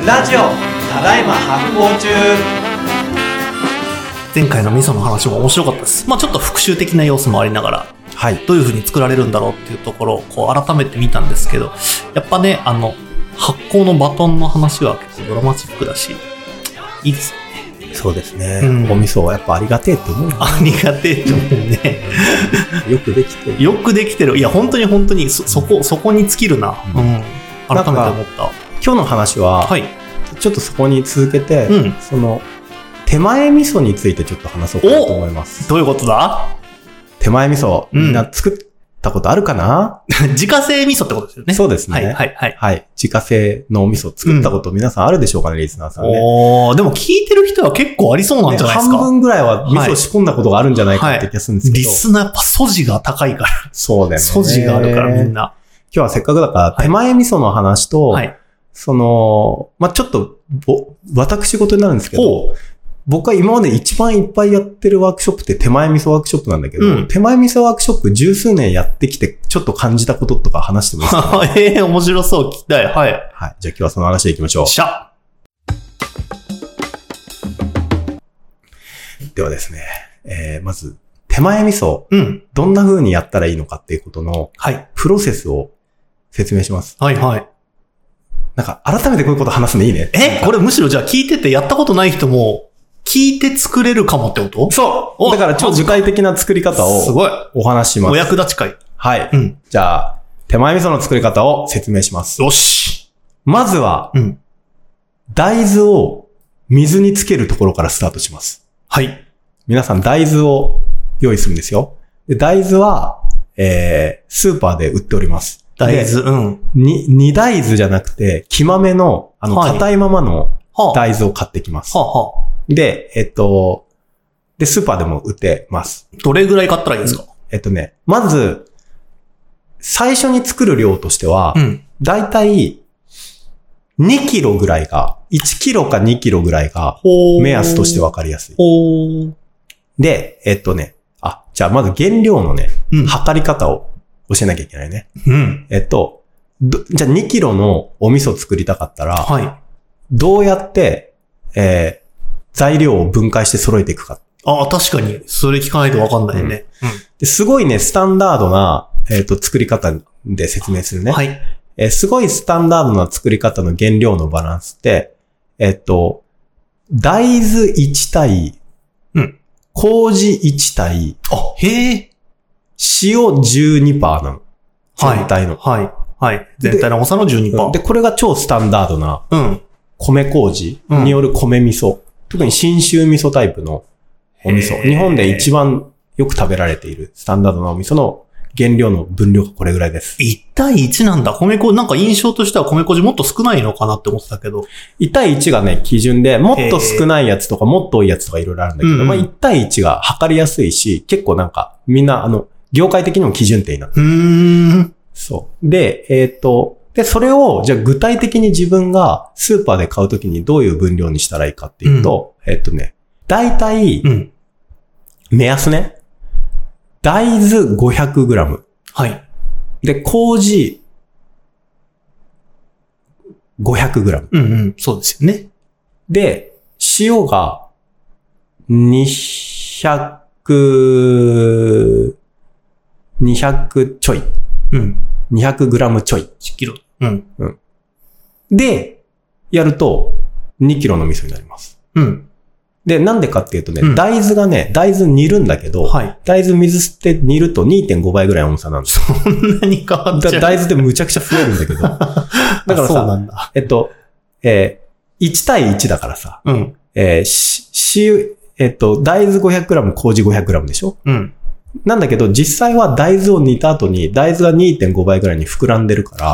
ラジオただいま発行中。 前回の味噌の話も面白かったです。ちょっと復習的な要素もありながら、 はい。 どういう風に作られるんだろうっていうところをこう改めて見たんですけど、やっぱね、発酵のバトンの話は結構ドラマチックだし、いいですね。 そうですね。お味噌はやっぱありがてえって思う。 ありがてえって思うね。 よくできてる。 よくできてる。いや、本当にそこに尽きるな。改めて思った。 今日の話は、はい、ちょっとそこに続けて、その手前味噌についてちょっと話そうかなと思います。 どういうことだ？ 手前味噌、みんな作ったことあるかな？ 自家製味噌ってことですよね。 そうですね。はい。自家製のお味噌作ったこと皆さんあるでしょうかね、リスナーさんね。 でも聞いてる人は結構ありそうなんじゃないですか。 半分ぐらいは味噌仕込んだことがあるんじゃないかって気がするんですけど。 リスナーやっぱ素地が高いから。 そうだよね。 素地があるからみんな。 今日はせっかくだから手前味噌の話と、その、ちょっと私事になるんですけど、僕は今まで一番いっぱいやってるワークショップって手前味噌ワークショップなんだけど、手前味噌ワークショップ十数年やってきてちょっと感じたこととか話してもいいですか？ 面白そう、聞きたい。はい。 はい。じゃあ今日はその話でいきましょう。ではですね、まず、手前味噌、どんな風にやったらいいのかっていうことの、プロセスを説明します。 はいはい。 なんか、改めてこういうこと話すのいいね。 これむしろじゃあ聞いててやったことない人も、聞いて作れるかもってこと？ そうだから超具体的な作り方を、お話します。 お役立ち会。 はい。じゃあ、手前味噌の作り方を説明します。 よし。 まずは、大豆を水につけるところからスタートします。 はい。 皆さん大豆を用意するんですよ。で大豆は、スーパーで売っております。 大豆、 煮大豆じゃなくて、木豆の、硬いままの大豆を買ってきます。で、で、スーパーでも売ってます。 どれぐらい買ったらいいですか？ まず、最初に作る量としては、だいたい2キロぐらいが、1キロか2キロぐらいが、目安としてわかりやすい。で、じゃあまず原料のね、測り方を教えなきゃいけないね。じゃあ2キロのお味噌作りたかったら、どうやって、材料を分解して揃えていくか。 確かに。それ聞かないとわかんないね。 ですごいね、スタンダードな、作り方で説明するね。すごいスタンダードな作り方の原料のバランスって、大豆1対、麹1対、塩 12% なの。全体の。 全体の重さの 12%。 で、これが超スタンダードな、米麹による米味噌。特に信州味噌タイプのお味噌。日本で一番よく食べられているスタンダードなお味噌の原料の分量がこれぐらいです。 1対1なんだ。米麹、なんか印象としては米麹もっと少ないのかなって思ってたけど。 1対1がね、基準で、もっと少ないやつとかもっと多いやつとかいろいろあるんだけど、1対1が測りやすいし、結構なんか、みんな業界的にも基準点になってる。そう。で、で、それを、じゃあ具体的に自分がスーパーで買うときにどういう分量にしたらいいかっていうと、だいたい、目安ね。大豆 500g。で、麹 500g。 そうですよね。 で、塩が200ちょい。200g ちょい。 1キロ。 で、やると、2キロの味噌になります。で、なんでかっていうとね、大豆煮るんだけど、大豆水吸って煮ると 2.5 倍ぐらい重さなんです。 そんなに変わっちゃう。 大豆ってむちゃくちゃ増えるんだけど。だからさ、 そうなんだ。 1対1だからさ、大豆 500g、麹 500g でしょ？なんだけど、実際は大豆を煮た後に、大豆が 2.5 倍ぐらいに膨らんでるから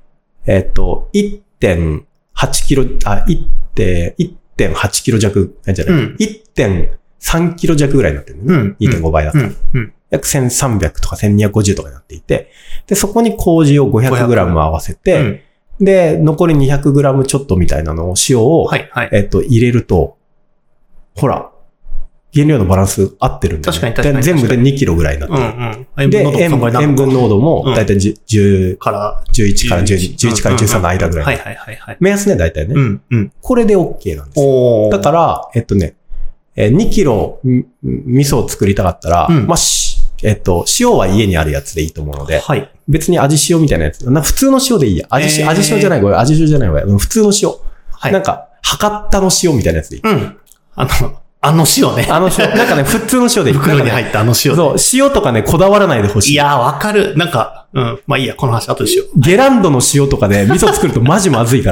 、1.8 キロ、1.8 キロ弱じゃない、1.3 キロ弱ぐらいになってるね。2.5 倍だったら。約1300とか1250とかになっていて、で、そこに麹を 500g 合わせて、で、残り 200g ちょっとみたいなのを、塩を、入れると、ほら、 原料のバランス合ってるんだよね。 確かに。 全部で2キロぐらいになってる。で、塩分濃度もだいたい11から13の間ぐらい。目安ね、だいたいね。これで OK なんですよ。だから、2キロ味噌を作りたかったら、まあ、塩は家にあるやつでいいと思うので、別に味塩みたいなやつ。普通の塩でいいや。味塩じゃないわ。普通の塩。なんか、博多の塩みたいなやつでいい。 あの塩ね。 なんかね、普通の塩でいい。 袋に入ったあの塩。 そう、塩とかね、こだわらないでほしい。 いやー、わかる。なんか、まあいいや、この話後でしよう。 ゲランドの塩とかで味噌作るとマジまずいから。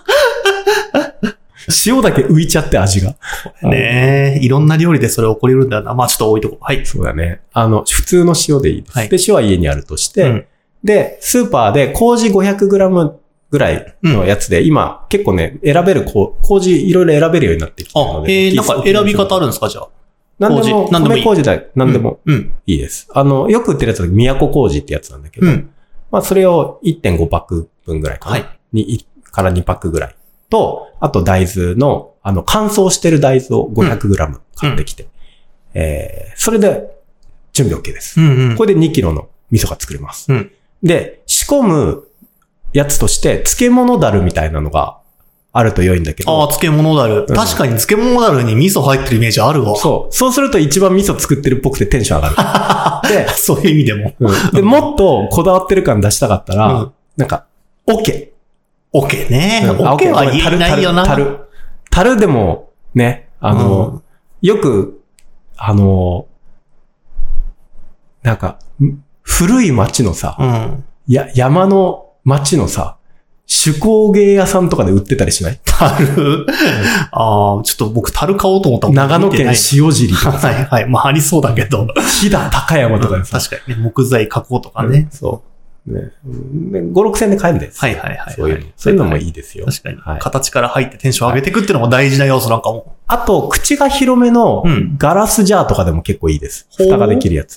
塩だけ浮いちゃって味が。 ねえ、いろんな料理でそれ起こりるんだよな。まあちょっと置いとこう。はい。 そうだね。普通の塩でいいです。で、塩は家にあるとして、で、スーパーで麹 500g ぐらいのやつで、今結構ね、選べる麹いろいろ選べるようになってきてるので。 なんか選び方あるんですか、じゃあ。 何でも、米麹だ、何でもいいです。よく売ってるやつは都麹ってやつなんだけど、まあそれを 1.5 パック分ぐらいかな。から2パックぐらい。と、あと大豆の、乾燥してる大豆を 500g 買ってきて、それで準備 OK です。これで2キロの味噌が作れます。で、仕込むやつとして、漬物だるみたいなのがあると良いんだけど。 ああ、漬物だる。確かに漬物だるに味噌入ってるイメージあるわ。 そう。そうすると一番味噌作ってるっぽくてテンション上がる。で、 そういう意味でも。 で、もっとこだわってる感出したかったら、なんか、OK。 OK ね。OK は言えないよな。 樽でも、ね、よく、なんか、古い町のさ、山の町のさ、手工芸屋さんとかで売ってたりしない？ 樽ああ、ちょっと僕樽買おうと思ったもん。 長野県塩尻とかさ。 はい。まあありそうだけど。 飛騨高山とかでさ。 確かにね、木材加工とかね。 そう。ね、5、6千で買えるんです。 はい。 そういうのもいいですよ。 確かに。形から入ってテンション上げていくっていうのも大事な要素なんかも。 あと、口が広めのガラスジャーとかでも結構いいです。蓋ができるやつ。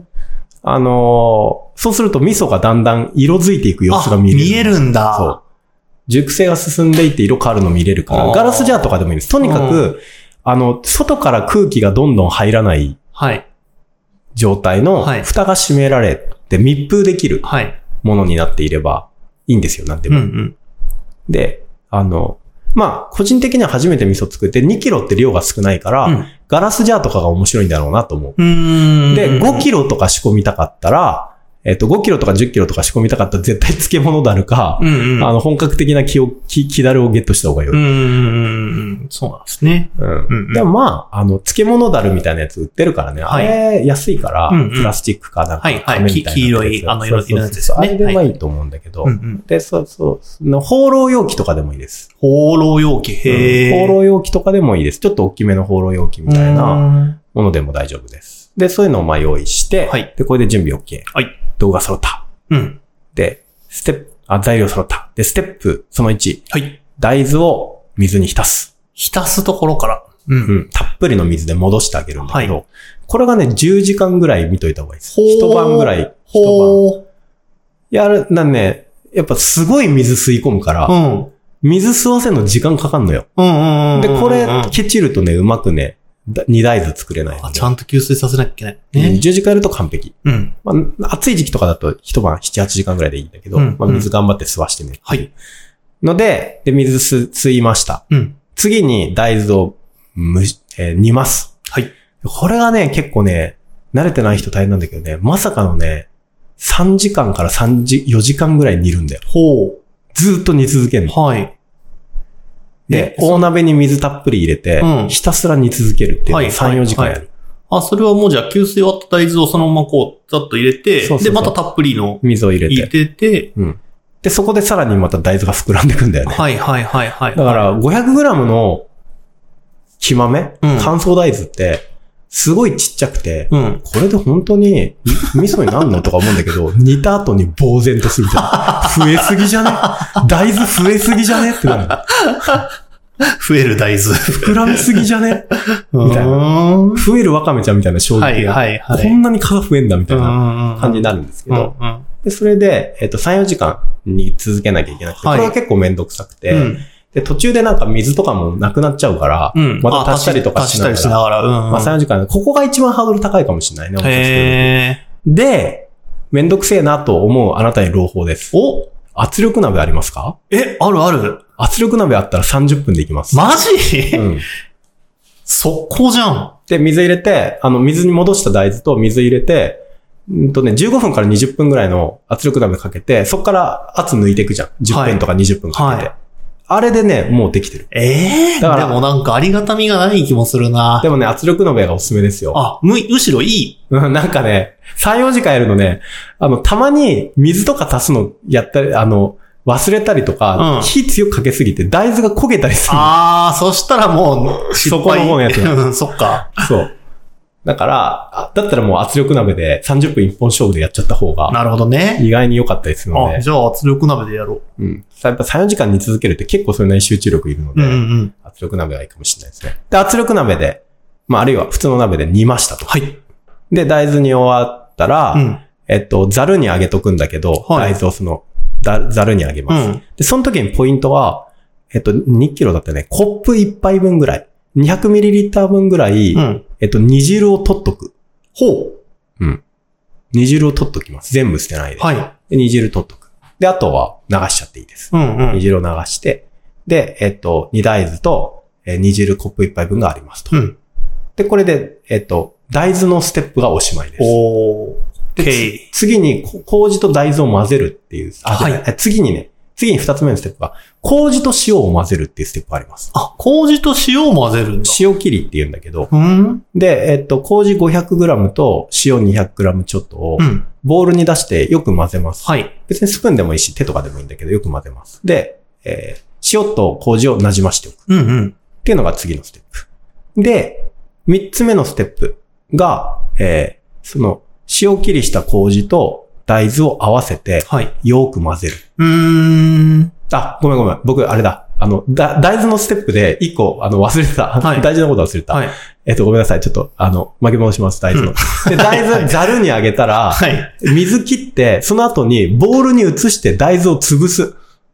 そうすると味噌がだんだん色づいていく様子が見える。 見えるんだ。 そう。熟成が進んでいって色変わるの見れるから、ガラスジャーとかでもいいです。とにかく、外から空気がどんどん入らない状態の蓋が閉められて密封できるものになっていればいいんですよ、なんでも。で、まあ、個人的には初めて味噌作って2キロって量が少ないから、ガラスジャーとかが面白いんだろうなと思う。で、5キロとか仕込みたかったら、5キロとか10キロとか仕込みたかったら絶対漬物だるか、本格的な木だるをゲットした方がいい。 そうなんですね。 でもまあ、漬物だるみたいなやつ売ってるからね。あれ、安いから、プラスチックかなんか、 紙みたいな。黄色い、色のやつですね。 あれでもいいと思うんだけど。で、放浪容器とかでもいいです。 放浪容器、 放浪容器とかでもいいです。ちょっと大きめの放浪容器みたいなものでも大丈夫です。で、そういうのをまあ用意して、で、これで準備 OK。動画揃った。で、材料揃った。で、ステップ、その1。大豆を水に浸す。 浸すところから。 たっぷりの水で戻してあげるんだけど、これがね、10時間ぐらい見といた方がいいです。一晩ぐらい。やっぱすごい水吸い込むから、水吸わせるの時間かかんのよ。で、これ、ケチるとね、うまくね、2大豆作れないので。 ちゃんと吸水させなきゃいけない。 10時間やると完璧。まあ、暑い時期とかだと一晩7、8時間ぐらいでいいんだけど、まあ、水頑張って吸わしてね。ので、水吸いました。次に大豆を煮ます。これがね、結構ね、慣れてない人大変なんだけどね、まさかのね、3時間から4時間ぐらい煮るんだよ。ずーっと煮続けるの。で、大鍋に水たっぷり入れて、ひたすら煮続けるっていうのを3、4時間やる。 それはもうじゃあ、吸水終わった大豆をそのままこう、ざっと入れて、で、またたっぷりの水を入れて、 で、そこでさらにまた大豆が膨らんでくんだよね。だから、500g の木豆、乾燥大豆って、すごいちっちゃくて、これで本当に味噌になんのとか思うんだけど、煮た後に呆然とするみたいな。増えすぎじゃね？大豆増えすぎじゃねってなる。 増える大豆。 膨らみすぎじゃねみたいな。増えるわかめちゃんみたいな衝撃が。こんなに数増えんだみたいな感じになるんですけど。で、それで、3、4時間に続けなきゃいけなくて、これは結構めんどくさくて、 で、途中でなんか水とかもなくなっちゃうから、また足したりとかしながら。まあ3、4時間。ここが一番ハードル高いかもしれないね。で、めんどくせえなと思うあなたに朗報です。圧力鍋ありますか？ あるある。 圧力鍋あったら30分でいきます。 マジ？速攻じゃん。 で、水入れて、水に戻した大豆と水入れて、15分から20分ぐらいの圧力鍋かけて、そっから圧抜いていくじゃん。10分とか20分かけて。あれでね、もうできてる。 だからでもなんかありがたみがない気もするな。 でもね、圧力鍋がおすすめですよ。 むしろいい。 なんかね、3、4時間やるのね、たまに水とか足すのやったり、忘れたりとか、火強くかけすぎて大豆が焦げたりする。 そしたらもう、 そこの方のやつだ。 そっか。 そう。だから、だったらもう圧力鍋で30分一本勝負でやっちゃった方が。 なるほどね。 意外に良かったりするので。 じゃあ圧力鍋でやろう。やっぱ3、4時間煮続けるって結構それなりに集中力いるので、圧力鍋がいいかもしれないですね。で、圧力鍋で、あるいは普通の鍋で煮ましたと。で、大豆煮終わったら、ざるにあげとくんだけど、大豆をざるにあげます。で、その時にポイントは、2キロだったね、コップ1杯分ぐらい、200ml 分ぐらい、煮汁を取っとく。煮汁を取っときます。全部捨てないで。で、煮汁取っとく。で、あとは流しちゃっていいです。煮汁を流して、で、煮大豆と、煮汁コップ1杯分がありますと。で、これで、大豆のステップがおしまいです。で、次に、麹と大豆を混ぜるっていう。次に2つ目のステップが、麹と塩を混ぜるっていうステップがあります。 麹と塩を混ぜるんだ。 塩切りって言うんだけど。で、麹 500g と塩 200g ちょっとを、ボウルに出してよく混ぜます。別にスプーンでもいいし、手とかでもいいんだけど、よく混ぜます。で、塩と麹をなじましておく。っていうのが次のステップ。で、3つ目のステップが、その、塩切りした麹と大豆を合わせて、よく混ぜる。ごめん。僕、あれだ。大豆のステップで1個、忘れてた。大事なこと忘れた。ごめんなさい。ちょっと、巻き戻します、大豆の。で、大豆、ざるにあげたら、水切って、その後に、ボウルに移して大豆を潰す。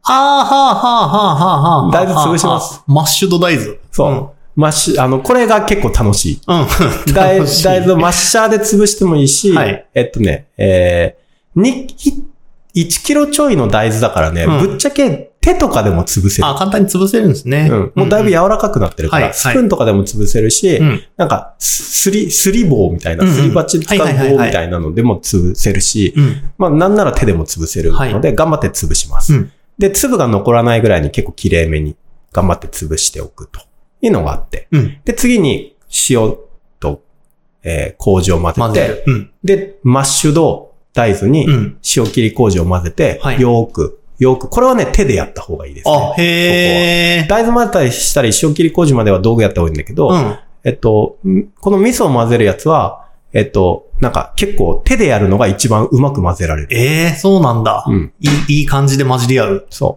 大豆潰します。 マッシュド大豆。 そう。これが結構楽しい。大豆をマッシャーで潰してもいいし、1キロちょいの大豆だからね、ぶっちゃけ手とかでも潰せる。 簡単に潰せるんですね。 もうだいぶ柔らかくなってるから、スプーンとかでも潰せるし、なんか、すり棒みたいな、すり鉢使う棒みたいなのでも潰せるし、なんなら手でも潰せるので、頑張って潰します。で、粒が残らないぐらいに結構綺麗めに頑張って潰しておくというのがあって、で、次に塩と、麹を混ぜて、で、マッシュド大豆に塩切り麹を混ぜて、よーく、これはね、手でやった方がいいですね。大豆混ぜたりしたり、塩切り麹までは道具やった方がいいんだけど、この味噌を混ぜるやつは、なんか結構手でやるのが一番うまく混ぜられる。 そうなんだ。いい感じで混じり合う。 そう。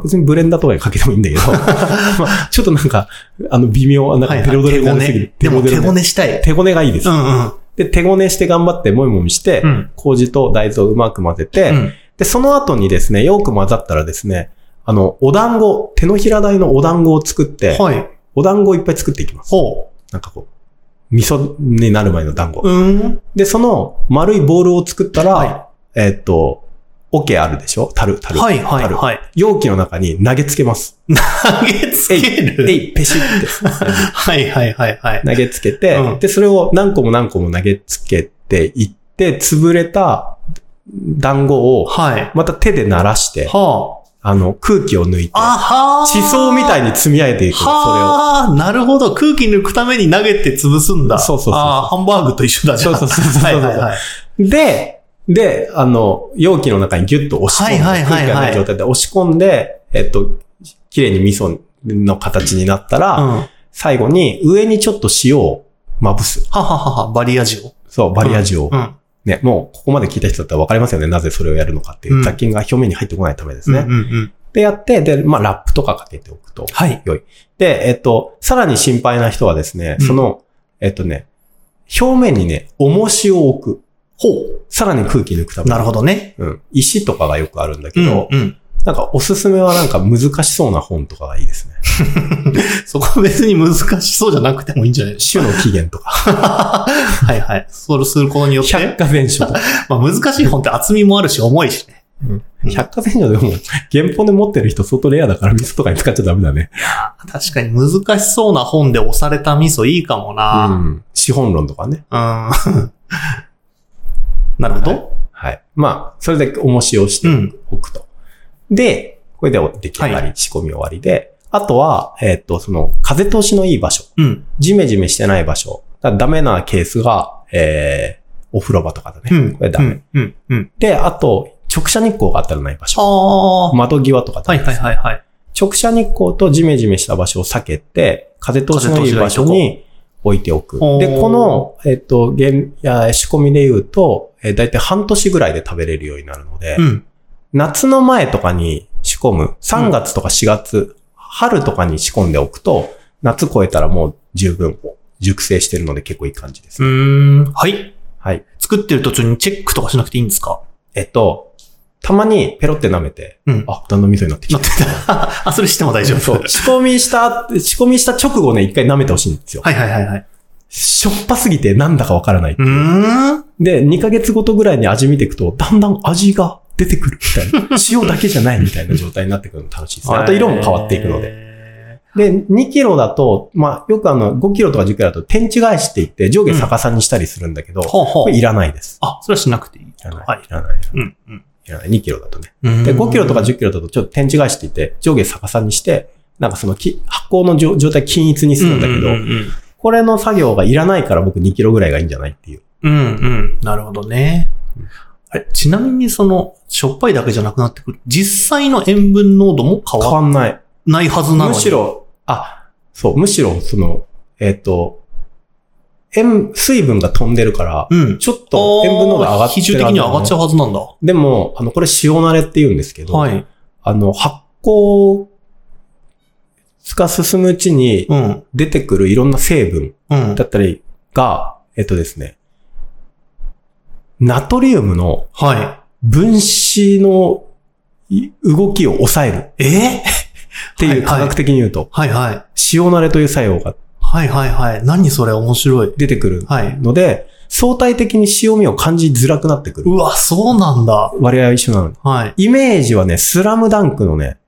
別にブレンダーとかにかけてもいいんだけど、ちょっとなんか、微妙、なんかペロドロになりすぎる。 でも手ごねしたい。 手ごねがいいです。で、手ごねして頑張ってもみもみして、麹と大豆をうまく混ぜて、で、その後にですね、よく混ざったらですね、お団子、手のひら大のお団子を作って、お団子をいっぱい作っていきます。なんかこう、味噌になる前の団子。で、その丸いボールを作ったら、桶あるでしょ？樽。容器の中に投げつけます。 投げつける？ ペシって。投げつけて、で、それを何個も投げつけていって、潰れた団子を、また手で鳴らして、空気を抜いて、地層みたいに積み上げていくそれを。 なるほど。空気抜くために投げて潰すんだ。 そう。 ハンバーグと一緒だじゃん。 そう。で、容器の中にギュッと押し込んで、空気がない状態で押し込んで、綺麗に味噌の形になったら、最後に上にちょっと塩をまぶす。 バリア塩。 そう、バリア塩。ね、もうここまで聞いた人だったらわかりますよね。なぜそれをやるのかっていう。雑菌が表面に入ってこないためですね。で、やって、で、ラップとかかけておくと。良い。で、さらに心配な人はですね、その、表面にね、重しを置く。さらに空気抜くために。 なるほどね。 石とかがよくあるんだけど、 なんかおすすめはなんか難しそうな本とかがいいですね。 そこは別に難しそうじゃなくてもいいんじゃないです種の起源とか。 か。はいはい。そうすることによって。 百科全書とか。 まあ難しい本って厚みもあるし重いしね。 百科全書でも原本で持ってる人相当レアだから味噌とかに使っちゃダメだね。 いや確かに難しそうな本で押された味噌いいかもな。 資本論とかね。 なるほど。 はい。まあ、それで重しをしておくと。で、これで出来上がり、仕込み終わりで、あとは、その、風通しのいい場所。ジメジメしてない場所。ダメなケースが、お風呂場とかだね。これダメ。で、あと、直射日光が当たらない場所。窓際とかだね。直射日光とジメジメした場所を避けて、風通しのいい場所に置いておく。で、この、仕込みで言うと、だいたい半年ぐらいで食べれるようになるので、夏の前とかに仕込む、3月とか4月、春とかに仕込んでおくと、夏超えたらもう十分熟成してるので結構いい感じです。 はい。 はい。 作ってる途中にチェックとかしなくていいんですか？ たまにペロって舐めて、だんだん味噌になってきて。 あ、それしても大丈夫。 そう。仕込みした直後ね、一回舐めてほしいんですよ。 はい。 しょっぱすぎてなんだかわからないっていう。で、2ヶ月ごとぐらいに味見ていくと、だんだん味が出てくるみたいな。塩だけじゃないみたいな状態になってくるの楽しいですね。あと色も変わっていくので。で、2キロだと、まあ、よく5キロとか10キロだと天地返しって言って上下逆さにしたりするんだけど、これいらないです。 あ、それはしなくていい。いらない。2キロだとね。で、5キロとか10キロだとちょっと天地返しって言って上下逆さにして、なんかその発酵の状態均一にするんだけど、これの作業がいらないから僕2キロぐらいがいいんじゃないっていう。 なるほどね。ちなみにしょっぱいだけじゃなくなってくる。実際の塩分濃度も変わんない。ないはずなのに。 むしろ、水分が飛んでるから、ちょっと塩分濃度上がってる、 比重的に上がっちゃうはずなんだ。 でも、これ塩慣れって言うんですけど、発酵が進むうちに出てくるいろんな成分だったりが、ですね、ナトリウムの分子の動きを抑える。っていう科学的に言うと。塩慣れという作用が。 何それ面白い。 出てくるので、相対的に塩味を感じづらくなってくる。 うわ、そうなんだ。 割合は一緒なのに。イメージはね、スラムダンクのね、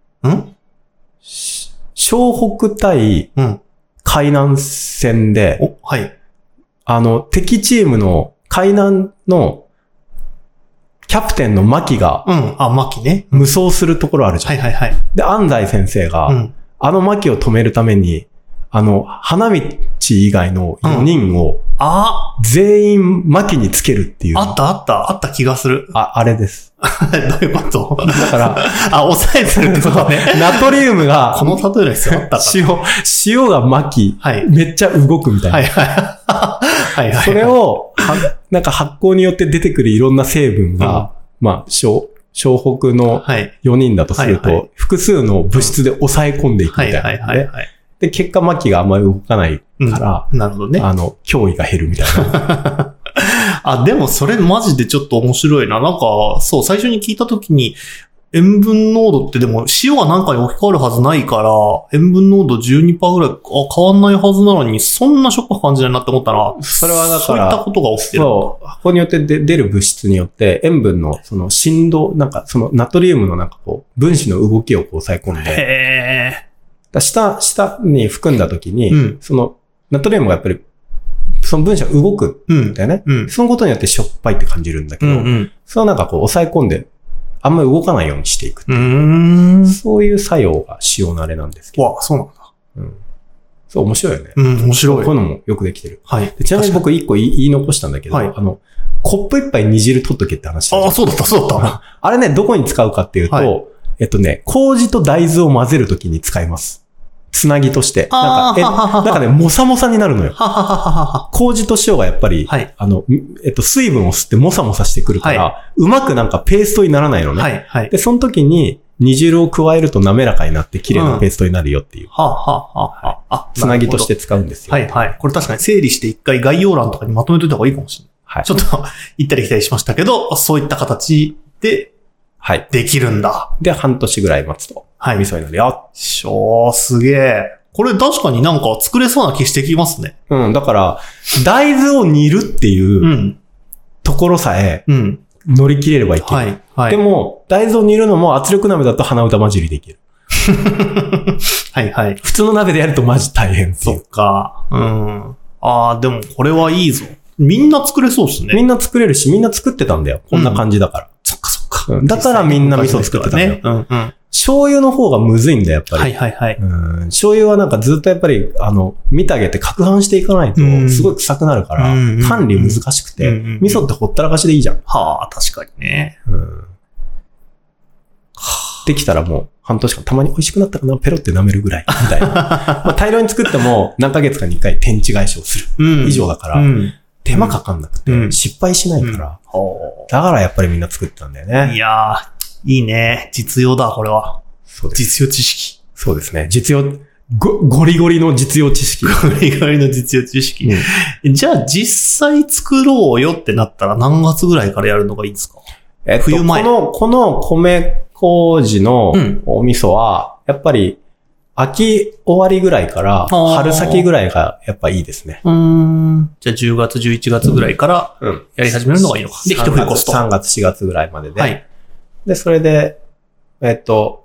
湘北対海南戦で、敵チームの海南のキャプテンの牧が、 牧ね。 無双するところあるじゃん。で、安西先生が、牧を止めるために、花道以外の4人を、全員牧につけるっていう。 あった気がする。 あれです。 どういうことだから、 抑えてるってことね。 ナトリウムが、 この例えの必要あったか。 塩が牧、めっちゃ動くみたいな。それを、なんか発酵によって出てくるいろんな成分が、まあ、湘北の4人だとすると、複数の物質で抑え込んでいくみたいな。で、結果、牧があんまり動かないから、 なるほどね。 脅威が減るみたいな。 でもそれマジでちょっと面白いな。なんか、そう、最初に聞いたときに、塩分濃度ってでも塩が何かに置き換わるはずないから、塩分濃度 12% ぐらい、変わんないはずなのに、そんなしょっぱく感じないなって思ったら、 それはだから、 そういったことが起きてる。 そう、発酵によって出る物質によって、塩分のその振動、なんかそのナトリウムのなんかこう、分子の動きをこう抑え込んで、下に含んだ時に、そのナトリウムがやっぱり、その分子が動くんだよね。そのことによってしょっぱいって感じるんだけど、それをなんかこう抑え込んで、あんまり動かないようにしていくっていう。そういう作用が塩慣れなんですけど。 そうなんだ。 そう、面白いよね。 面白い。 こういうのもよくできてる。ちなみに僕一個言い残したんだけど、コップ一杯煮汁取っとけって話した。 そうだった。 あれね、どこに使うかっていうと、麹と大豆を混ぜるときに使います。つなぎとして。なんかね、もさもさになるのよ。麹と塩がやっぱり、水分を吸ってもさもさしてくるから、うまくなんかペーストにならないのね。で、その時に煮汁を加えると滑らかになって綺麗なペーストになるよっていう。つなぎとして使うんですよ。 これ確かに整理して一回概要欄とかにまとめといた方がいいかもしれない。ちょっと行ったり来たりしましたけど、そういった形ではい。 できるんだ。 で、半年ぐらい待つと。 はい。 味噌になるよ。 すげえ。これ確かになんか作れそうな気してきますね。 うん。だから、大豆を煮るっていうところさえ、乗り切れればいける。はい。はい。でも、大豆を煮るのも圧力鍋だと鼻歌混じりできる。 はいはい。 普通の鍋でやるとマジ大変っていう。 そっか。うん。でもこれはいいぞ。みんな作れそうですね。 みんな作れるし、みんな作ってたんだよ。こんな感じだから。 そっかそっか。 だからみんな味噌作ってたんだよ。うんうん。醤油の方がむずいんだよ、やっぱり。 はいはいはい。 醤油はなんかずっとやっぱり、見てあげて攪拌していかないと、すごい臭くなるから、管理難しくて、味噌ってほったらかしでいいじゃん。 はあ、確かにね。 できたらもう半年間たまに美味しくなったかな、ペロって舐めるぐらい、みたいな。まあ大量に作っても何ヶ月かに1回天地返しをする以上だから、手間かかんなくて、失敗しないから、だからやっぱりみんな作ってたんだよね。 いやー、いいね。実用だ、これは。 そうです。 実用知識。 そうですね。実用、ゴリゴリの実用知識。 ゴリゴリの実用知識。じゃあ実際作ろうよってなったら何月ぐらいからやるのがいいんですか？冬前。 この米麹のお味噌は、やっぱり秋終わりぐらいから春先ぐらいがやっぱいいですね。 じゃあ10月、11月ぐらいからやり始めるのがいいのか。で、一冬越すと。 3月、4月ぐらいまでで。はい。で、それで、10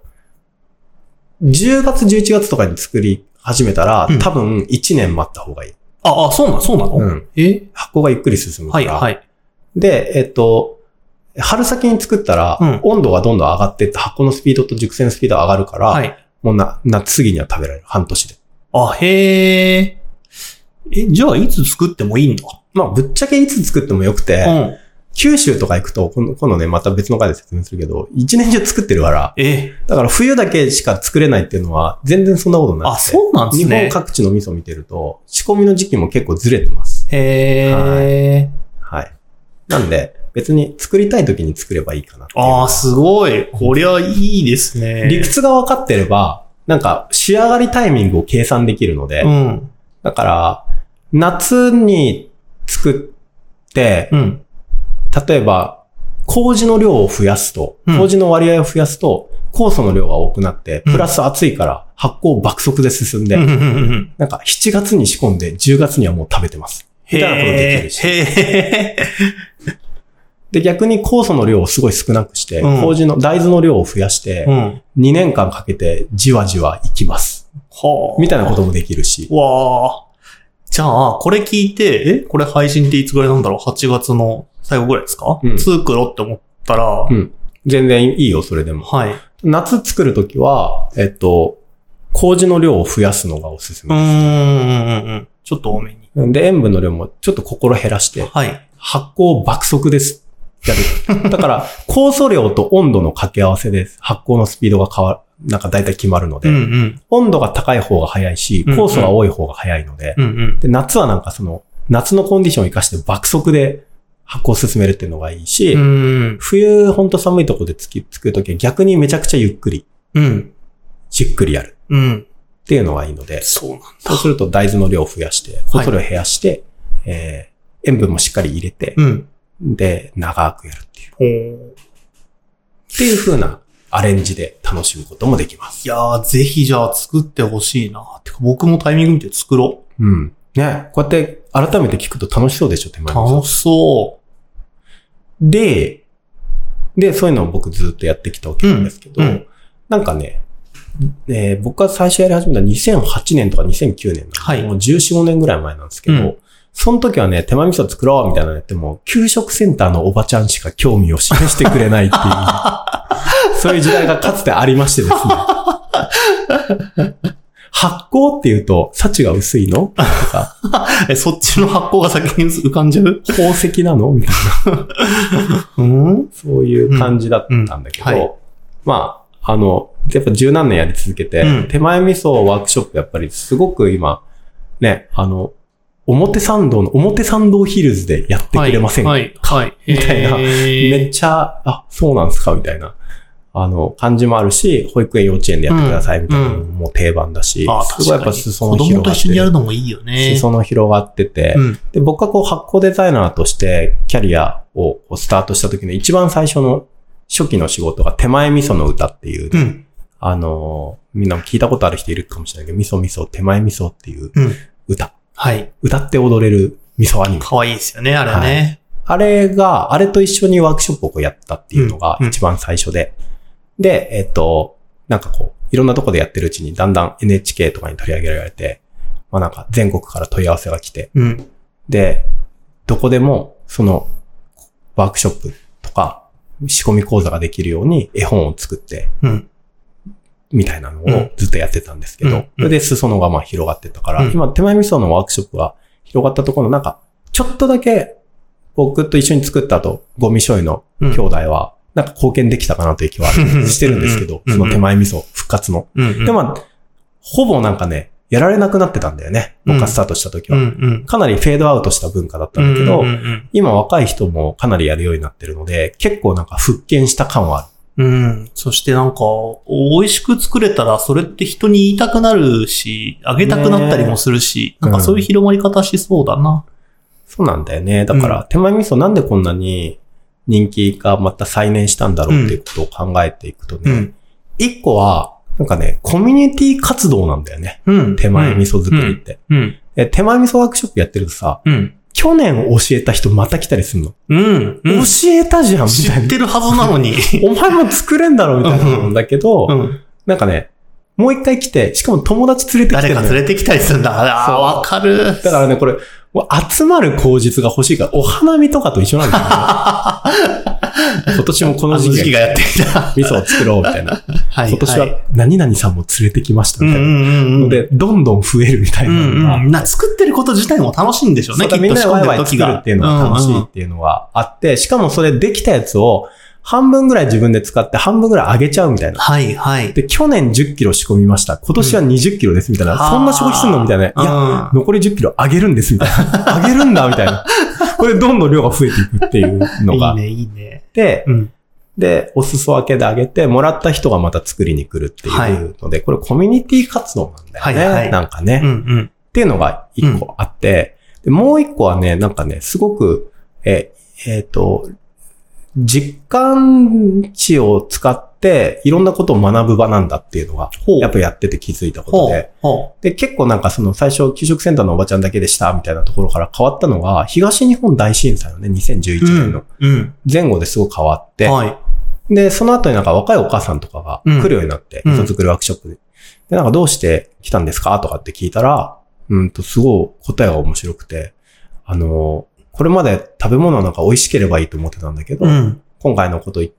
月、11月とかに作り始めたら、多分1年待った方がいい。 そうなの？ 発酵がゆっくり進むから。 はい。 で、春先に作ったら、温度がどんどん上がっていって発酵のスピードと熟成のスピードが上がるから、もう夏過ぎには食べられる。半年で。 へえ。じゃあいつ作ってもいいんだ？ まあ、ぶっちゃけいつ作ってもよくて、九州とか行くと、今度ね、また別の回で説明するけど、一年中作ってるから、だから冬だけしか作れないっていうのは、全然そんなことなくて。 そうなんですね。 日本各地の味噌見てると、仕込みの時期も結構ずれてます。 へー。はい。なんで、別に作りたい時に作ればいいかな。 すごい。こりゃいいですね。 理屈が分かってれば、なんか仕上がりタイミングを計算できるので、だから、夏に作って、例えば、麹の量を増やすと、麹の割合を増やすと、酵素の量が多くなって、プラス暑いから発酵爆速で進んで、なんか7月に仕込んで10月にはもう食べてます。みたいなことできるし。で、逆に酵素の量をすごい少なくして、麹の大豆の量を増やして、2年間かけてじわじわいきます。みたいなこともできるし。 じゃあ、これ聞いて、これ配信っていつぐらいなんだろう ?8 月の最後ぐらいですか？作ろうって思ったら、 全然いいよ、それでも。 はい。 夏作るときは、麹の量を増やすのがおすすめです。 ちょっと多めに。 で、塩分の量もちょっと心減らして、発酵爆速です。やる。だから、酵素量と温度の掛け合わせで発酵のスピードがなんか大体決まるので、温度が高い方が早いし、酵素が多い方が早いので、で、夏はなんか夏のコンディションを生かして爆速で発酵を進めるっていうのがいいし、冬ほんと寒いところで作るときは逆にめちゃくちゃゆっくり、じっくりやる。っていうのがいいので、そうすると大豆の量を増やして、酵素量を減らして、塩分もしっかり入れて、で、長くやるっていう。っていう風なアレンジで楽しむこともできます。 いやー、ぜひじゃあ作ってほしいな。てか僕もタイミング見て作ろう。ね、こうやって改めて聞くと楽しそうでしょ、手前楽しそう。 で、そういうのを僕ずっとやってきたわけなんですけど、なんかね、僕が最初やり始めた2008年とか2009年なんで、もう14、5年ぐらい前なんですけど、その時はね、手前味噌作ろうみたいなのやっても、給食センターのおばちゃんしか興味を示してくれないっていう、そういう時代がかつてありましてですね。発酵っていうと、幸が薄いのとか。 そっちの発酵が先に浮かんじゃう？ 宝石なのみたいな。そういう感じだったんだけど、まあ、やっぱ十何年やり続けて、手前味噌ワークショップやっぱりすごく今、ね、表参道ヒルズでやってくれませんか、みたいな、めっちゃ、そうなんすかみたいな、感じもあるし、保育園幼稚園でやってくださいみたいなのも定番だし、すごいやっぱ裾の広がって。子供と一緒にやるのもいいよね。 裾の広がってて、で、僕はこう発酵デザイナーとしてキャリアをスタートした時の一番最初の初期の仕事が手前味噌の歌っていう、 うん、 みんな聞いたことある人いるかもしれないけど、味噌手前味噌っていう歌。 うん、はい。 歌って踊れる味噌アニメ。 かわいいですよね、あれね。 はい、あれと一緒にワークショップをやったっていうのが一番最初で。で、なんかこう、いろんなとこでやってるうちにだんだん NHK とかに取り上げられて、まあなんか全国から問い合わせが来て、 うん、 で、どこでもそのワークショップとか仕込み講座ができるように絵本を作って、 うん、 みたいなのをずっとやってたんですけど、 うん、 それで裾野がまあ広がってたから、 うん、 今手前味噌のワークショップが広がったところのなんか、ちょっとだけ僕と一緒に作った後、ゴミ醤油の兄弟は、なんか貢献できたかなという気はしてるんですけど、その手前味噌復活の。でも、ほぼなんかね、やられなくなってたんだよね。僕がスタートした時は。かなりフェードアウトした文化だったんだけど、今若い人もかなりやるようになってるので、結構なんか復権した感はある。 うん。そしてなんか、美味しく作れたらそれって人に言いたくなるし、あげたくなったりもするし、なんかそういう広まり方しそうだな。 そうなんだよね。だから、手前味噌なんでこんなに人気がまた再燃したんだろうっていうことを考えていくとね、一個は、なんかね、コミュニティ活動なんだよね。手前味噌作りって。手前味噌ワークショップやってるとさ、去年教えた人また来たりするの。教えたじゃんみたいな。 知ってるはずなのに。 お前も作れんだろみたいなんだけど、なんかね、もう一回来て、しかも友達連れてきてる。 誰か連れてきたりするんだ。わかる。 だからね、これ、集まる口実が欲しいから、お花見とかと一緒なんですよね。今年もこの時期がやってきた。 味噌を作ろうみたいな。今年は何々さんも連れてきましたみたいな。ので、どんどん増えるみたいなのが。 作ってること自体も楽しいんでしょうね。 みんなでワイワイ作るっていうのが楽しいっていうのがあって、しかもそれできたやつを半分ぐらい自分で使って半分ぐらい上げちゃうみたいな。 はいはい。 で、去年10キロ仕込みました。今年は20キロですみたいな。そんな消費するのみたいな。いや、残り10キロ上げるんですみたいな。上げるんだみたいな。これどんどん量が増えていくっていうのが。 いいね、いいね。 で、お裾分けであげて、もらった人がまた作りに来るっていうので、これコミュニティ活動なんだよね。なんかね。っていうのが一個あって、でもう一個はね、なんかね、すごく、実感値を使っていろんなことを学ぶ場なんだっていうのが、やっぱやってて気づいたことで。で、結構なんかその最初、給食センターのおばちゃんだけでしたみたいなところから変わったのが、東日本大震災のね、2011年の前後ですごく変わって、で、その後になんか若いお母さんとかが来るようになって、味噌作りワークショップで。で、なんかどうして来たんですかとかって聞いたら、すごい答えが面白くて、これまで食べ物はなんか美味しければいいと思ってたんだけど、今回のこと言って、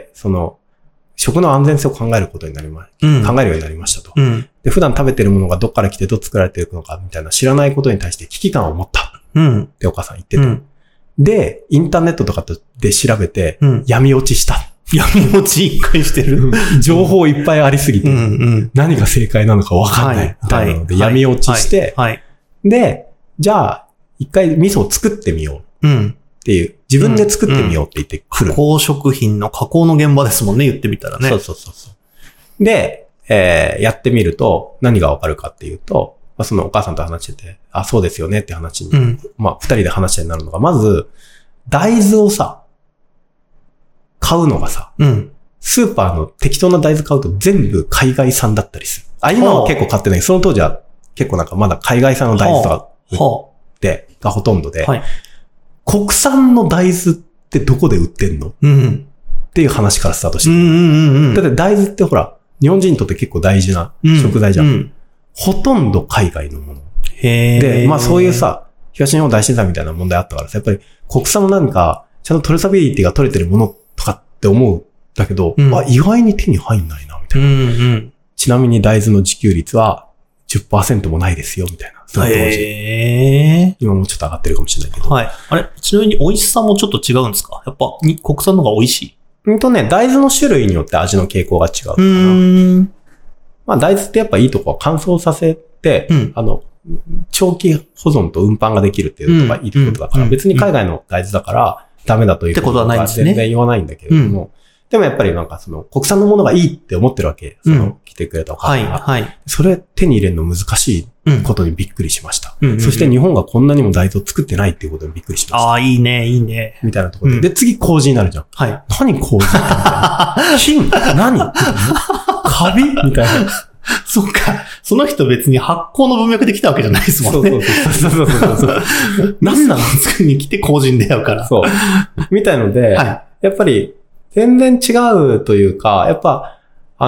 その、食の安全性を考えることになり考えるようになりましたと。で、普段食べてるものがどっから来てどう作られているのかみたいな知らないことに対して危機感を持った。ってお母さん言ってた。で、インターネットとかで調べて、闇落ちした。 闇落ち一回してる。 情報いっぱいありすぎて、何が正解なのかわかんない。みたいなので、闇落ちして、で、じゃあ、一回味噌を作ってみよう。っていう、自分で作ってみようって言ってくる。 加工食品の加工の現場ですもんね、言ってみたらね。 そう。で、やってみると、何がわかるかっていうと、そのお母さんと話してて、あ、そうですよねって話に、二人で話になるのが、まず、大豆をさ、買うのがさ、スーパーの適当な大豆買うと全部海外産だったりする。今は結構買ってない。その当時は結構なんかまだ海外産の大豆とか売ってがほとんどで、国産の大豆ってどこで売ってんの、っていう話からスタートしてる。だって大豆ってほら、日本人にとって結構大事な食材じゃん。ほとんど海外のもの。で、まあそういうさ、東日本大震災みたいな問題あったからさ、やっぱり国産の何か、ちゃんとトレーサビリティが取れてるものとかって思うんだけど、意外に手に入んないな、みたいな。ちなみに大豆の自給率は 10% もないですよ、みたいな。その当時。今もちょっと上がってるかもしれないけど。 あれちなみに美味しさもちょっと違うんですか？やっぱ国産の方が美味しい？ 大豆の種類によって味の傾向が違うかな。まあ大豆ってやっぱいいとこは乾燥させて、長期保存と運搬ができるっていうのがいいことだから、別に海外の大豆だからダメだということは全然言わないんだけれども、 でもやっぱりなんかその国産のものがいいって思ってるわけ。その来てくれたお母さんが。 はいはい。 それ手に入れるの難しいことにびっくりしました。 うんそして日本がこんなにも大豆を作ってないっていうことにびっくりしました。 ああ、いいね、いいね。 みたいなところで。で、次麹になるじゃん。 はい。 何麹ってみたいな。金何カビみたいな。 そっか。その人別に発酵の文脈で来たわけじゃないですもんね。 そう。 何なの作りに来て麹に出会うから。 そう。みたいので、 はい。 やっぱり全然違うというか、やっぱ、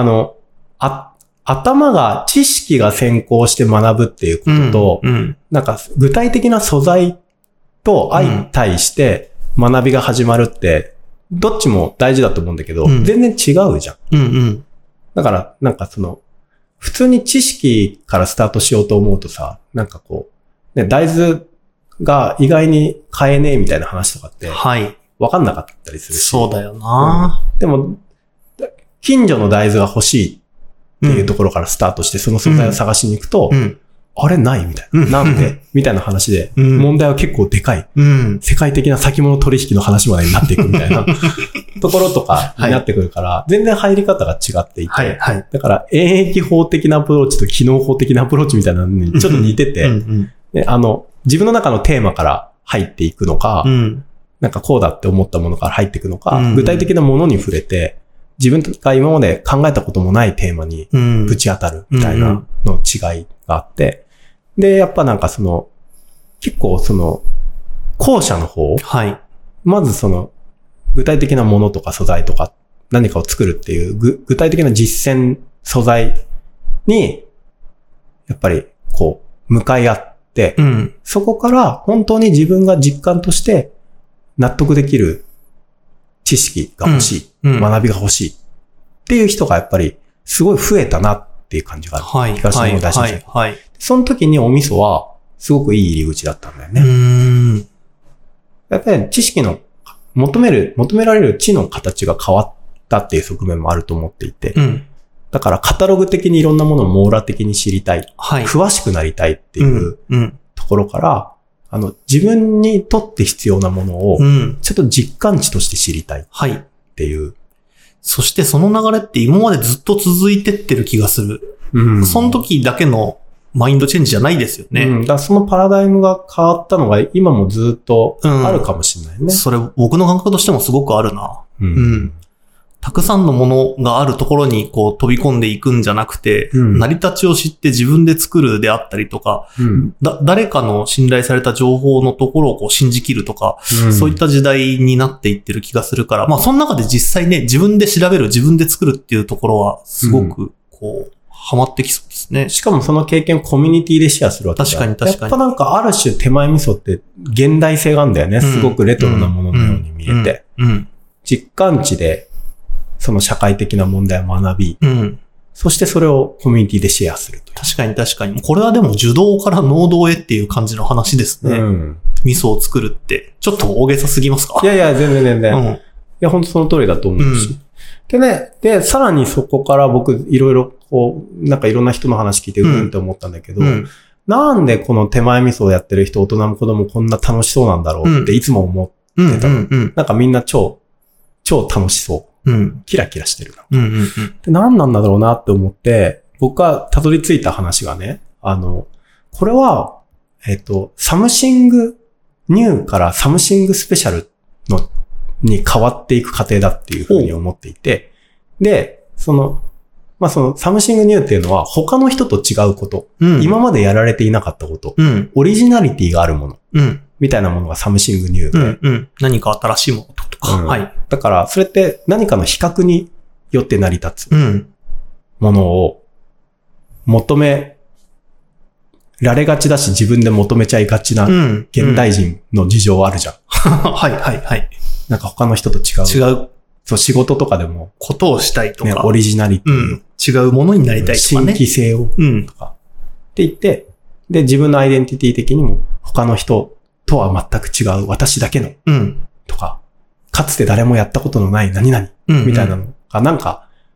頭が、知識が先行して学ぶっていうことと、なんか具体的な素材と相対して学びが始まるって、どっちも大事だと思うんだけど、全然違うじゃん。だから、なんかその、普通に知識からスタートしようと思うとさ、なんかこう、ね、大豆が意外に買えねえみたいな話とかって、 はい。 わかんなかったりするし。 そうだよな、 でも、近所の大豆が欲しいっていうところからスタートして、その素材を探しに行くと、あれないみたいな。なんでみたいな話で、問題は結構でかい。世界的な先物取引の話までになっていくみたいなところとかになってくるから、全然入り方が違っていて、だから演疫法的なアプローチと機能法的なアプローチみたいなのにちょっと似てて、自分の中のテーマから入っていくのか、なんかこうだって思ったものから入っていくのか、具体的なものに触れて、自分が今まで考えたこともないテーマにぶち当たるみたいなの違いがあって、で、やっぱなんかその、結構その、後者の方、まずその、具体的なものとか素材とか何かを作るっていう具体的な実践素材に、やっぱりこう、向かい合って、そこから本当に自分が実感として納得できる知識が欲しい、学びが欲しいっていう人がやっぱりすごい増えたなっていう感じがある。東日本大震災。その時にお味噌はすごくいい入り口だったんだよね。やっぱり知識の求められる知の形が変わったっていう側面もあると思っていて、だからカタログ的にいろんなものを網羅的に知りたい、詳しくなりたいっていうところから、自分にとって必要なものを、ちょっと実感値として知りたいっていう。 そしてその流れって今までずっと続いてってる気がする。その時だけのマインドチェンジじゃないですよね。 だからそのパラダイムが変わったのが今もずっとあるかもしれないね。 それ僕の感覚としてもすごくあるな。たくさんのものがあるところにこう飛び込んでいくんじゃなくて、成り立ちを知って自分で作るであったりとか、誰かの信頼された情報のところをこう信じきるとか、そういった時代になっていってる気がするから、まあその中で実際ね、自分で調べる、自分で作るっていうところはすごくこう、ハマってきそうですね。 しかもその経験をコミュニティでシェアするわけだ。 確かに。 やっぱなんかある種手前味噌って現代性があるんだよね。すごくレトロなもののように見えて。実感値でその社会的な問題を学び、そしてそれをコミュニティでシェアするという。 確かに。これはでも受動から能動へっていう感じの話ですね。味噌を作るって。ちょっと大げさすぎますか？ いや、全然。いや、本当その通りだと思うし。で、さらにそこから僕、いろいろ、こう、なんかいろんな人の話聞いてって思ったんだけど、なんでこの手前味噌をやってる人、大人も子供もこんな楽しそうなんだろうっていつも思ってたの。なんかみんな超楽しそう。キラキラしてるな。で、何なんだろうなって思って、僕がたどり着いた話がね、これは、サムシングニューからサムシングスペシャルに変わっていく過程だっていうふうに思っていて、で、そのサムシングニューっていうのは他の人と違うこと、今までやられていなかったこと、オリジナリティがあるもの、みたいなものがサムシングニューで、 何か新しいものとか、 だからそれって何かの比較によって成り立つものを求められがちだし自分で求めちゃいがちな現代人の事情あるじゃん。なんか他の人と違う。そう、仕事とかでも。 ことをしたいとか。 ね、オリジナリティ。 違うものになりたいとかね。 新規性を。とか。って言って、で、自分のアイデンティティ的にも、他の人とは全く違う、私だけの。とか、かつて誰もやったことのない何々。みたいなのが、なんか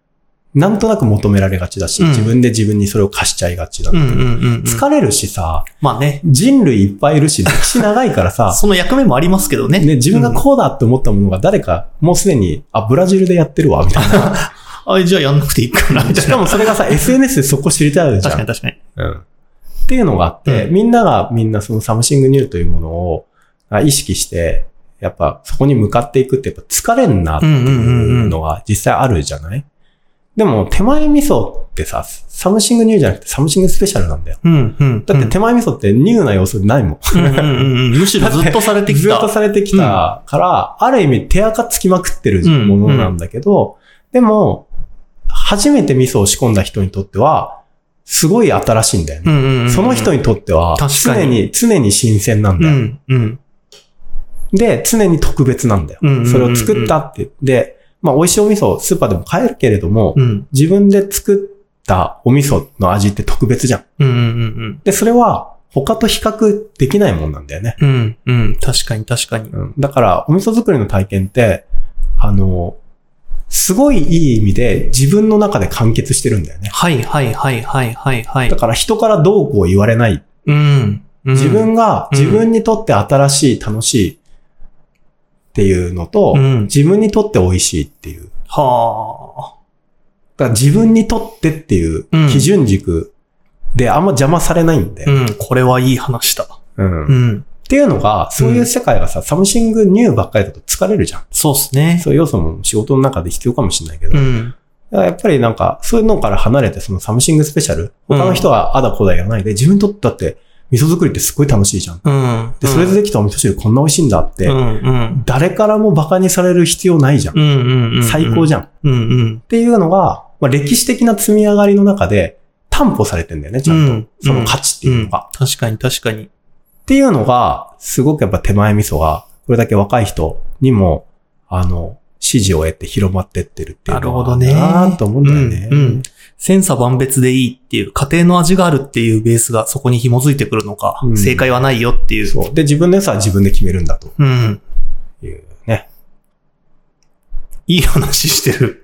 なんとなく求められがちだし、自分で自分にそれを貸しちゃいがちなんだけど、疲れるしさ、 まあね。 人類いっぱいいるし、歴史長いからさ、 その役目もありますけどね。 ね、自分がこうだって思ったものが誰か、もうすでに、ブラジルでやってるわ、みたいな。 じゃあやんなくていいかな、みたいな。 しかもそれがさ、SNS でそこ知りたいじゃん。 確かに。 っていうのがあって、みんなそのサムシングニューというものを意識して、やっぱそこに向かっていくってやっぱ疲れんなっていうのが実際あるじゃない？でも手前味噌ってさ、サムシングニューじゃなくてサムシングスペシャルなんだよ。だって手前味噌ってニューな要素ないもん。 むしろずっとされてきた。 ずっとされてきたから、ある意味手垢つきまくってるものなんだけど、でも、初めて味噌を仕込んだ人にとっては、すごい新しいんだよね。その人にとっては、常に新鮮なんだよ。で、常に特別なんだよ。それを作ったって。で、まあ、美味しいお味噌、スーパーでも買えるけれども、自分で作ったお味噌の味って特別じゃん。で、それは他と比較できないもんなんだよね。 確かに。 だから、お味噌作りの体験って、すごいいい意味で自分の中で完結してるんだよね。 はい。 だから人からどうこう言われない。自分が自分にとって新しい、楽しいっていうのと、自分にとって美味しいっていう。 はあ。 だから自分にとってっていう基準軸であんま邪魔されないんで。 これはいい話だ。 っていうのが、そういう世界がさ、サムシングニューばっかりだと疲れるじゃん。 そうですね。 そういう要素も仕事の中で必要かもしれないけど。だからやっぱりなんか、そういうのから離れて、そのサムシングスペシャル、他の人はあだこだ言わないで、自分にとってだって、味噌作りってすっごい楽しいじゃん。で、それでできたお味噌汁こんな美味しいんだって、誰からもバカにされる必要ないじゃん。最高じゃん。っていうのが、まあ、歴史的な積み上がりの中で担保されてんだよね、ちゃんと。その価値っていうのが。 確かに。 っていうのが、すごくやっぱ手前味噌が、これだけ若い人にも、支持を得て広まってってるっていうのは、なぁと思うんだよね。 千差万別でいいっていう、家庭の味があるっていうベースがそこに紐づいてくるのか、正解はないよっていう。 そう。で、自分の良さは自分で決めるんだと。いうね。 いい話してる。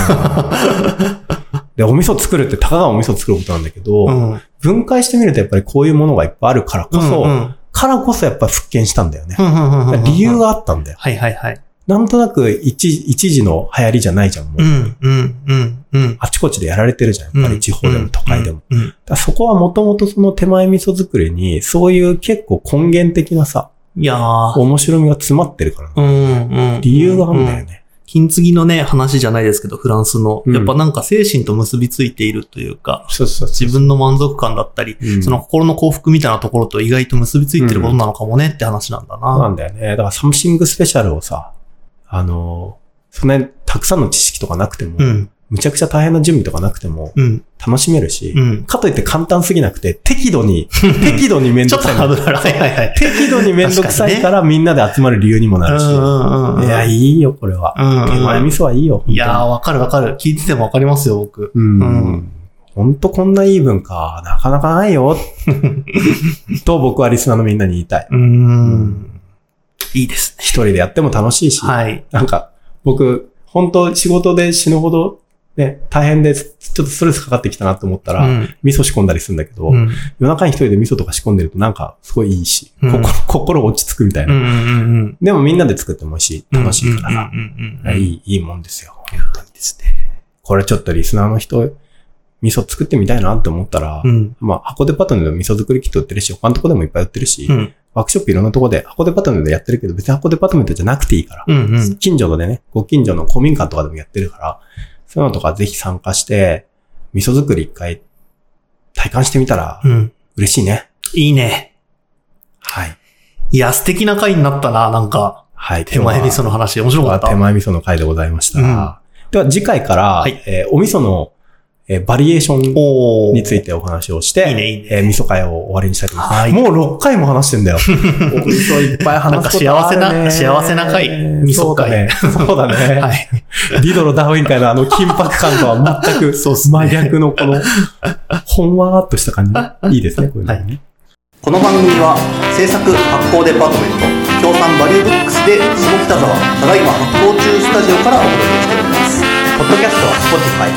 で、お味噌作るって、たかがお味噌作ることなんだけど、分解してみるとやっぱりこういうものがいっぱいあるからこそ、やっぱり復権したんだよね。理由があったんだよ。なんとなく一時の流行りじゃないじゃん、もう。あちこちでやられてるじゃん、やっぱり地方でも都会でも。そこはもともとその手前味噌作りに、そういう結構根源的なさ、面白みが詰まってるからね。理由があるんだよね。 金継ぎのね、話じゃないですけど、フランスの。やっぱなんか精神と結びついているというか、自分の満足感だったり、その心の幸福みたいなところと意外と結びついてることなのかもねって話なんだな。 そうなんだよね。だからサムシングスペシャルをさ、そんなにたくさんの知識とかなくても、むちゃくちゃ大変な準備とかなくても、楽しめるし、かといって簡単すぎなくて、適度にめんどくさい。 ちょっとハードルある。 適度にめんどくさいからみんなで集まる理由にもなるし。いや、いいよ、これは。手前味噌はいいよ。 いやー、わかる。聞いててもわかりますよ、僕。 ほんとこんないい文化、なかなかないよ。と僕はリスナーのみんなに言いたい。 いいですね。 一人でやっても楽しいし。なんか、僕、本当仕事で死ぬほど、ね、大変で、ちょっとストレスかかってきたなと思ったら、味噌仕込んだりするんだけど、夜中に一人で味噌とか仕込んでるとなんかすごいいいし、心落ち着くみたいな。でもみんなで作ってもいいし、楽しいからさ、いいもんですよ。本当にですね。これちょっとリスナーの人、味噌作ってみたいなって思ったら、まあ、箱デパートで味噌作りキット売ってるし、他のとこでもいっぱい売ってるし、ワークショップいろんなとこで箱デパートメントでやってるけど、別に箱デパートメントじゃなくていいから、近所でね、ご近所の公民館とかでもやってるから、そういうのとかぜひ参加して、味噌作り一回体感してみたら、嬉しいね。 いいね。 はい。 いや、素敵な回になったな、なんか。 はい。 手前味噌の話、面白かった。 手前味噌の回でございました。では次回から、お味噌のバリエーションについてお話をして、味噌会を終わりにしたいと思います。もう6回も話してんだよ。お味噌いっぱい話すことあるね。 幸せな回。味噌会。 そうだね。はい。ディドロ・ダーウィン会の緊迫感とは全く真逆のこの、ほんわーっとした感じ。いいですね、これね。 この番組は制作発行デパートメント、協賛バリューブックスで下北沢、ただいま発行中スタジオからお届けしております。 ポッドキャストは Spotify。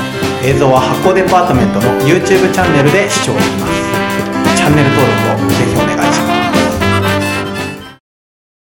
映像は発酵デパートメントの YouTube チャンネルで視聴できます。チャンネル登録をぜひお願いします。